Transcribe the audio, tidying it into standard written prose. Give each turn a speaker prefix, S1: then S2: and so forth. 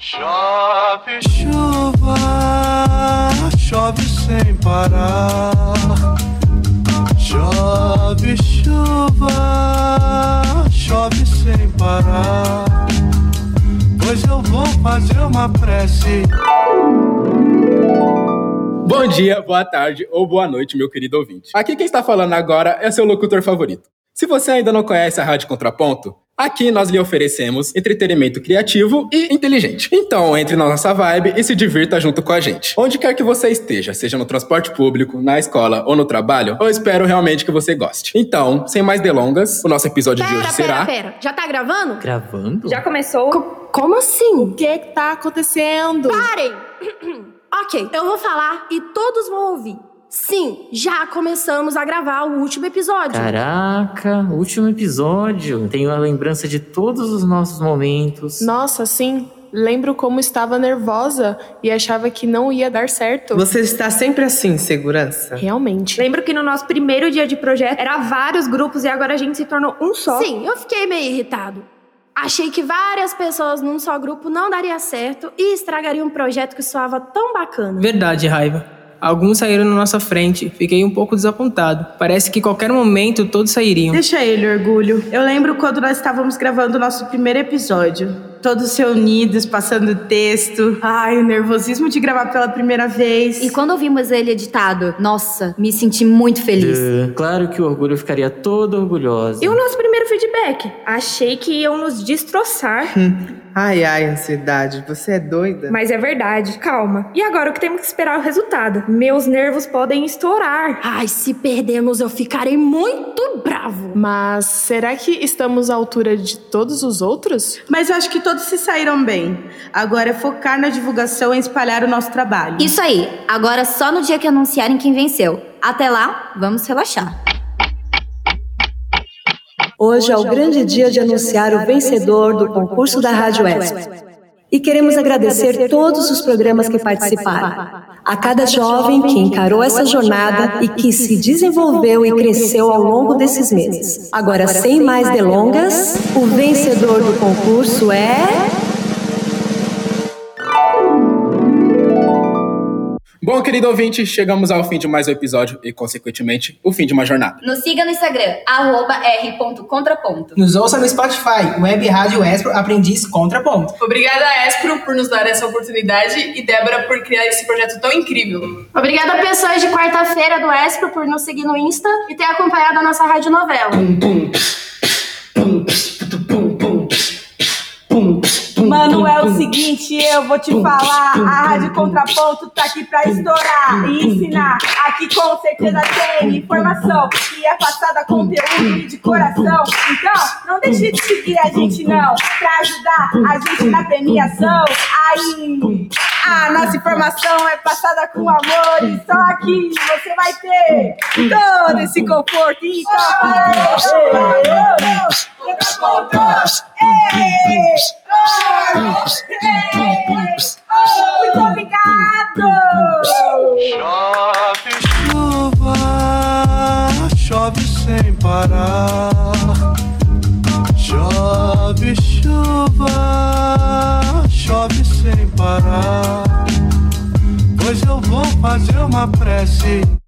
S1: Chove chuva, chove sem parar. Chove chuva, chove sem parar. Hoje eu vou fazer uma prece.
S2: Bom dia, boa tarde ou boa noite, meu querido ouvinte. Aqui quem está falando agora é seu locutor favorito. Se você ainda não conhece a Rádio Contraponto, aqui nós lhe oferecemos entretenimento criativo e inteligente. Então, entre na nossa vibe e se divirta junto com a gente. Onde quer que você esteja, seja no transporte público, na escola ou no trabalho, eu espero realmente que você goste. Então, sem mais delongas, o nosso episódio de hoje será...
S3: Pera, já tá gravando?
S4: Gravando?
S3: Já começou?
S5: Como assim? O que tá acontecendo?
S3: Parem! Ok, eu vou falar e todos vão ouvir. Sim, já começamos a gravar o último episódio.
S4: Caraca, último episódio. Tenho a lembrança de todos os nossos momentos.
S5: Nossa, sim. Lembro como estava nervosa e achava que não ia dar certo.
S6: Você está sempre assim, segurança?
S5: Realmente.
S3: Lembro que no nosso primeiro dia de projeto era vários grupos e agora a gente se tornou um só. Sim, eu fiquei meio irritado. Achei que várias pessoas num só grupo não daria certo e estragaria um projeto que soava tão bacana.
S7: Verdade, Raiva. Alguns saíram na nossa frente. Fiquei um pouco desapontado. Parece que qualquer momento todos sairiam.
S8: Deixa ele, Orgulho. Eu lembro quando nós estávamos gravando o nosso primeiro episódio. Todos reunidos, passando texto. Ai, o nervosismo de gravar pela primeira vez.
S9: E quando ouvimos ele editado, nossa, me senti muito feliz.
S4: Claro que o Orgulho ficaria todo orgulhoso.
S3: E o nosso primeiro feedback? Achei que iam nos destroçar.
S6: Ai, ansiedade, você é doida?
S3: Mas é verdade, calma. E agora o que temos que esperar é o resultado. Meus nervos podem estourar. Ai, se perdermos eu ficarei muito bravo.
S5: Mas será que estamos à altura de todos os outros?
S8: Mas eu acho que todos se saíram bem. Agora é focar na divulgação e espalhar o nosso trabalho.
S9: Isso aí, agora só no dia que anunciarem quem venceu. Até lá, vamos relaxar.
S10: Hoje é o grande dia de anunciar o vencedor do concurso da Rádio ESP. E queremos agradecer todos os programas que participaram. A cada jovem que encarou essa jornada e que se desenvolveu e cresceu ao longo desses meses. Agora, sem mais delongas, o vencedor do concurso é...
S2: Bom, querido ouvinte, chegamos ao fim de mais um episódio e, consequentemente, o fim de uma jornada.
S9: Nos siga no Instagram, @r.contraponto.
S7: Nos ouça no Spotify, Web Rádio Espro Aprendiz Contraponto.
S11: Obrigada, Espro, por nos dar essa oportunidade e Débora por criar esse projeto tão incrível.
S3: Obrigada, pessoas de quarta-feira do Espro, por nos seguir no Insta e ter acompanhado a nossa radionovela.
S8: Mano, é o seguinte, eu vou te falar. A Rádio Contraponto tá aqui pra estourar e ensinar. Aqui com certeza tem informação que é passada conteúdo e de coração. Então, não deixe de seguir a gente não, pra ajudar a gente na premiação. Aí, a nossa informação é passada com amor e só aqui você vai ter todo esse conforto. Muito obrigado!
S1: Chove chuva, chove sem parar. Chove chuva, chove sem parar. Hoje eu vou fazer uma prece.